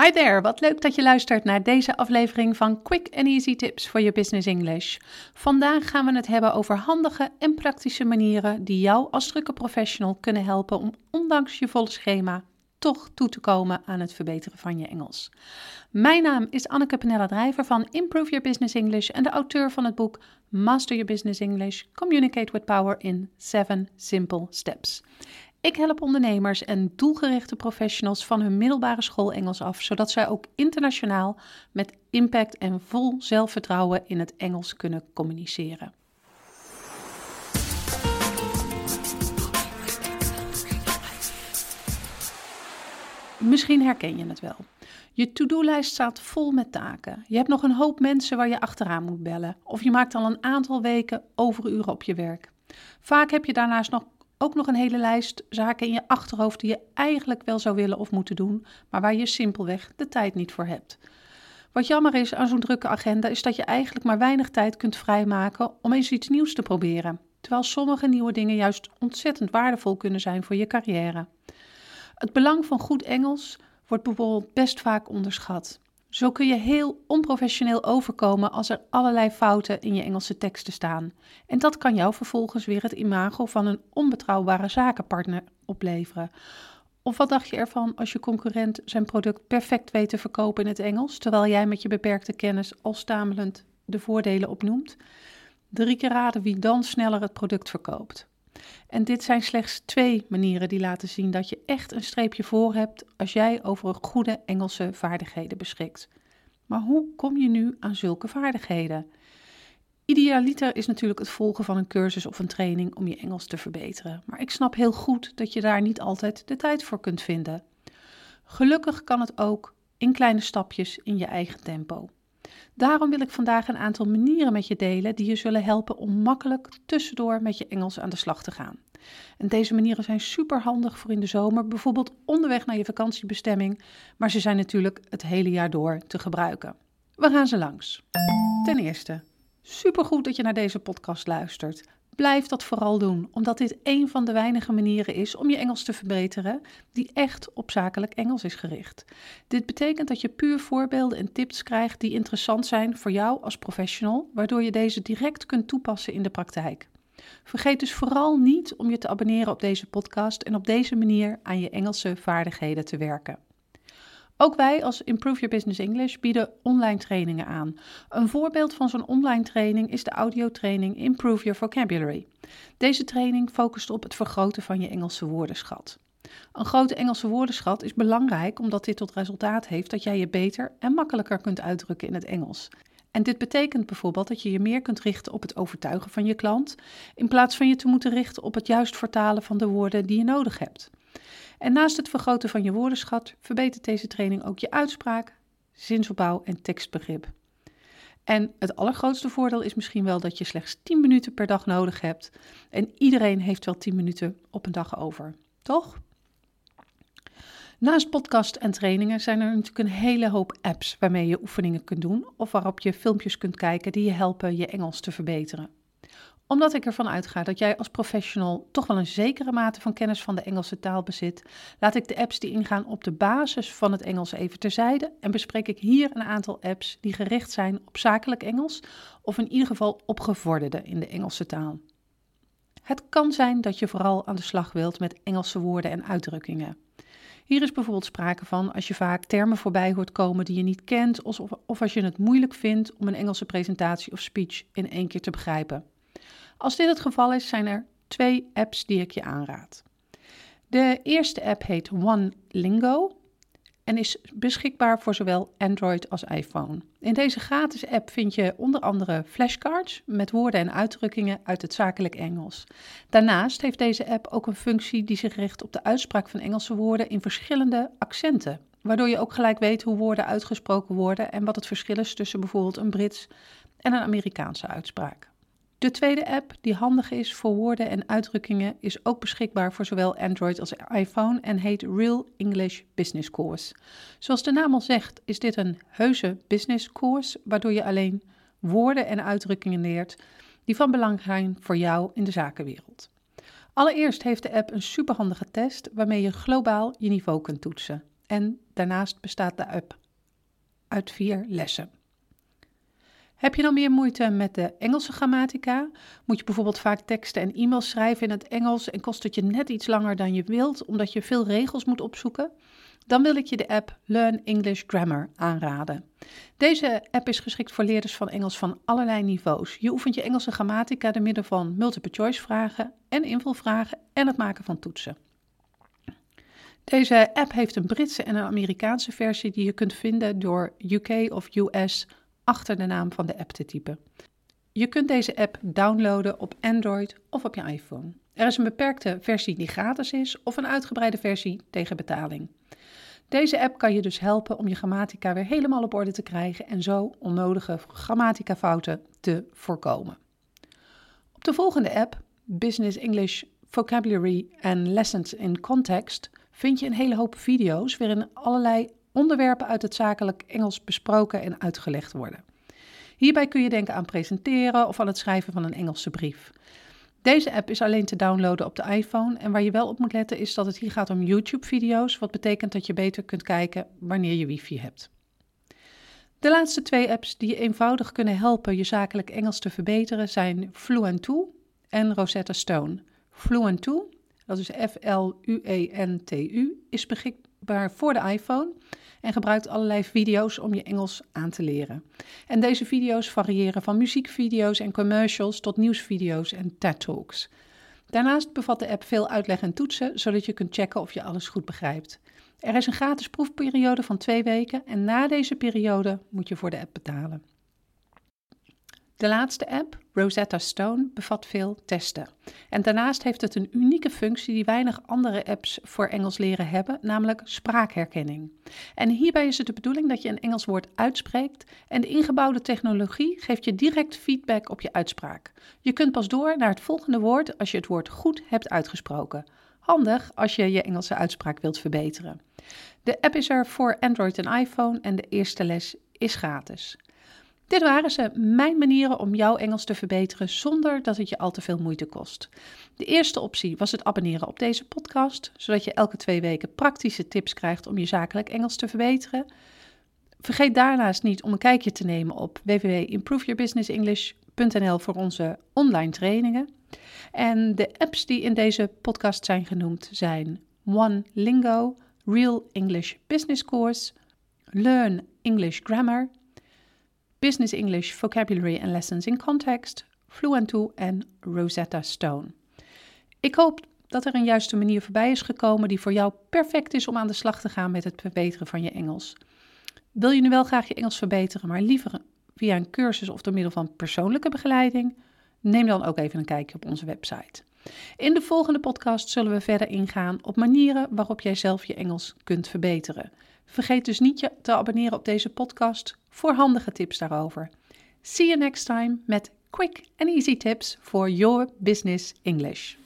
Hi there, wat leuk dat je luistert naar deze aflevering van Quick and Easy Tips for Your Business English. Vandaag gaan we het hebben over handige en praktische manieren die jou als drukke professional kunnen helpen om ondanks je volle schema toch toe te komen aan het verbeteren van je Engels. Mijn naam is Anneke Penella-Drijver van Improve Your Business English en de auteur van het boek Master Your Business English, Communicate with Power in 7 Simple Steps. Ik help ondernemers en doelgerichte professionals van hun middelbare school Engels af, zodat zij ook internationaal met impact en vol zelfvertrouwen in het Engels kunnen communiceren. Misschien herken je het wel. Je to-do-lijst staat vol met taken. Je hebt nog een hoop mensen waar je achteraan moet bellen. Of je maakt al een aantal weken overuren op je werk. Vaak heb je daarnaast ook nog een hele lijst zaken in je achterhoofd die je eigenlijk wel zou willen of moeten doen, maar waar je simpelweg de tijd niet voor hebt. Wat jammer is aan zo'n drukke agenda is dat je eigenlijk maar weinig tijd kunt vrijmaken om eens iets nieuws te proberen, terwijl sommige nieuwe dingen juist ontzettend waardevol kunnen zijn voor je carrière. Het belang van goed Engels wordt bijvoorbeeld best vaak onderschat. Zo kun je heel onprofessioneel overkomen als er allerlei fouten in je Engelse teksten staan. En dat kan jou vervolgens weer het imago van een onbetrouwbare zakenpartner opleveren. Of wat dacht je ervan als je concurrent zijn product perfect weet te verkopen in het Engels, terwijl jij met je beperkte kennis al stamelend de voordelen opnoemt? 3 keer raden wie dan sneller het product verkoopt. En dit zijn slechts 2 manieren die laten zien dat je echt een streepje voor hebt als jij over goede Engelse vaardigheden beschikt. Maar hoe kom je nu aan zulke vaardigheden? Idealiter is natuurlijk het volgen van een cursus of een training om je Engels te verbeteren. Maar ik snap heel goed dat je daar niet altijd de tijd voor kunt vinden. Gelukkig kan het ook in kleine stapjes in je eigen tempo. Daarom wil ik vandaag een aantal manieren met je delen die je zullen helpen om makkelijk tussendoor met je Engels aan de slag te gaan. En deze manieren zijn super handig voor in de zomer, bijvoorbeeld onderweg naar je vakantiebestemming, maar ze zijn natuurlijk het hele jaar door te gebruiken. We gaan ze langs. Ten eerste, supergoed dat je naar deze podcast luistert. Blijf dat vooral doen, omdat dit een van de weinige manieren is om je Engels te verbeteren die echt op zakelijk Engels is gericht. Dit betekent dat je puur voorbeelden en tips krijgt die interessant zijn voor jou als professional, waardoor je deze direct kunt toepassen in de praktijk. Vergeet dus vooral niet om je te abonneren op deze podcast en op deze manier aan je Engelse vaardigheden te werken. Ook wij als Improve Your Business English bieden online trainingen aan. Een voorbeeld van zo'n online training is de audiotraining Improve Your Vocabulary. Deze training focust op het vergroten van je Engelse woordenschat. Een grote Engelse woordenschat is belangrijk omdat dit tot resultaat heeft dat jij je beter en makkelijker kunt uitdrukken in het Engels. En dit betekent bijvoorbeeld dat je je meer kunt richten op het overtuigen van je klant, in plaats van je te moeten richten op het juist vertalen van de woorden die je nodig hebt. En naast het vergroten van je woordenschat verbetert deze training ook je uitspraak, zinsopbouw en tekstbegrip. En het allergrootste voordeel is misschien wel dat je slechts 10 minuten per dag nodig hebt. En iedereen heeft wel 10 minuten op een dag over, toch? Naast podcast en trainingen zijn er natuurlijk een hele hoop apps waarmee je oefeningen kunt doen of waarop je filmpjes kunt kijken die je helpen je Engels te verbeteren. Omdat ik ervan uitga dat jij als professional toch wel een zekere mate van kennis van de Engelse taal bezit, laat ik de apps die ingaan op de basis van het Engels even terzijde en bespreek ik hier een aantal apps die gericht zijn op zakelijk Engels of in ieder geval op gevorderden in de Engelse taal. Het kan zijn dat je vooral aan de slag wilt met Engelse woorden en uitdrukkingen. Hier is bijvoorbeeld sprake van als je vaak termen voorbij hoort komen die je niet kent of als je het moeilijk vindt om een Engelse presentatie of speech in 1 keer te begrijpen. Als dit het geval is, zijn er 2 apps die ik je aanraad. De eerste app heet OneLingo en is beschikbaar voor zowel Android als iPhone. In deze gratis app vind je onder andere flashcards met woorden en uitdrukkingen uit het zakelijk Engels. Daarnaast heeft deze app ook een functie die zich richt op de uitspraak van Engelse woorden in verschillende accenten, waardoor je ook gelijk weet hoe woorden uitgesproken worden en wat het verschil is tussen bijvoorbeeld een Brits en een Amerikaanse uitspraak. De tweede app, die handig is voor woorden en uitdrukkingen, is ook beschikbaar voor zowel Android als iPhone en heet Real English Business Course. Zoals de naam al zegt, is dit een heuse business course, waardoor je alleen woorden en uitdrukkingen leert die van belang zijn voor jou in de zakenwereld. Allereerst heeft de app een superhandige test waarmee je globaal je niveau kunt toetsen. En daarnaast bestaat de app uit 4 lessen. Heb je dan meer moeite met de Engelse grammatica? Moet je bijvoorbeeld vaak teksten en e-mails schrijven in het Engels en kost het je net iets langer dan je wilt, omdat je veel regels moet opzoeken? Dan wil ik je de app Learn English Grammar aanraden. Deze app is geschikt voor leerders van Engels van allerlei niveaus. Je oefent je Engelse grammatica door middel van multiple choice vragen en invulvragen en het maken van toetsen. Deze app heeft een Britse en een Amerikaanse versie die je kunt vinden door UK of US achter de naam van de app te typen. Je kunt deze app downloaden op Android of op je iPhone. Er is een beperkte versie die gratis is of een uitgebreide versie tegen betaling. Deze app kan je dus helpen om je grammatica weer helemaal op orde te krijgen en zo onnodige grammaticafouten te voorkomen. Op de volgende app, Business English Vocabulary and Lessons in Context, vind je een hele hoop video's waarin allerlei onderwerpen uit het zakelijk Engels besproken en uitgelegd worden. Hierbij kun je denken aan presenteren of aan het schrijven van een Engelse brief. Deze app is alleen te downloaden op de iPhone en waar je wel op moet letten is dat het hier gaat om YouTube-video's, wat betekent dat je beter kunt kijken wanneer je wifi hebt. De laatste 2 apps die je eenvoudig kunnen helpen je zakelijk Engels te verbeteren zijn Fluentu en Rosetta Stone. Fluentu, dat is Fluentu, is beschikbaar voor de iPhone en gebruikt allerlei video's om je Engels aan te leren. En deze video's variëren van muziekvideo's en commercials tot nieuwsvideo's en TED-talks. Daarnaast bevat de app veel uitleg en toetsen, zodat je kunt checken of je alles goed begrijpt. Er is een gratis proefperiode van 2 weken en na deze periode moet je voor de app betalen. De laatste app, Rosetta Stone, bevat veel testen. En daarnaast heeft het een unieke functie die weinig andere apps voor Engels leren hebben, namelijk spraakherkenning. En hierbij is het de bedoeling dat je een Engels woord uitspreekt en de ingebouwde technologie geeft je direct feedback op je uitspraak. Je kunt pas door naar het volgende woord als je het woord goed hebt uitgesproken. Handig als je je Engelse uitspraak wilt verbeteren. De app is er voor Android en iPhone en de eerste les is gratis. Dit waren ze, mijn manieren om jouw Engels te verbeteren zonder dat het je al te veel moeite kost. De eerste optie was het abonneren op deze podcast, zodat je elke 2 weken praktische tips krijgt om je zakelijk Engels te verbeteren. Vergeet daarnaast niet om een kijkje te nemen op www.improveyourbusinessenglish.nl voor onze online trainingen. En de apps die in deze podcast zijn genoemd zijn OneLingo, Real English Business Course, Learn English Grammar, Business English Vocabulary and Lessons in Context, Fluentu en Rosetta Stone. Ik hoop dat er een juiste manier voorbij is gekomen die voor jou perfect is om aan de slag te gaan met het verbeteren van je Engels. Wil je nu wel graag je Engels verbeteren, maar liever via een cursus of door middel van persoonlijke begeleiding? Neem dan ook even een kijkje op onze website. In de volgende podcast zullen we verder ingaan op manieren waarop jij zelf je Engels kunt verbeteren. Vergeet dus niet je te abonneren op deze podcast voor handige tips daarover. See you next time met quick and easy tips for your business English.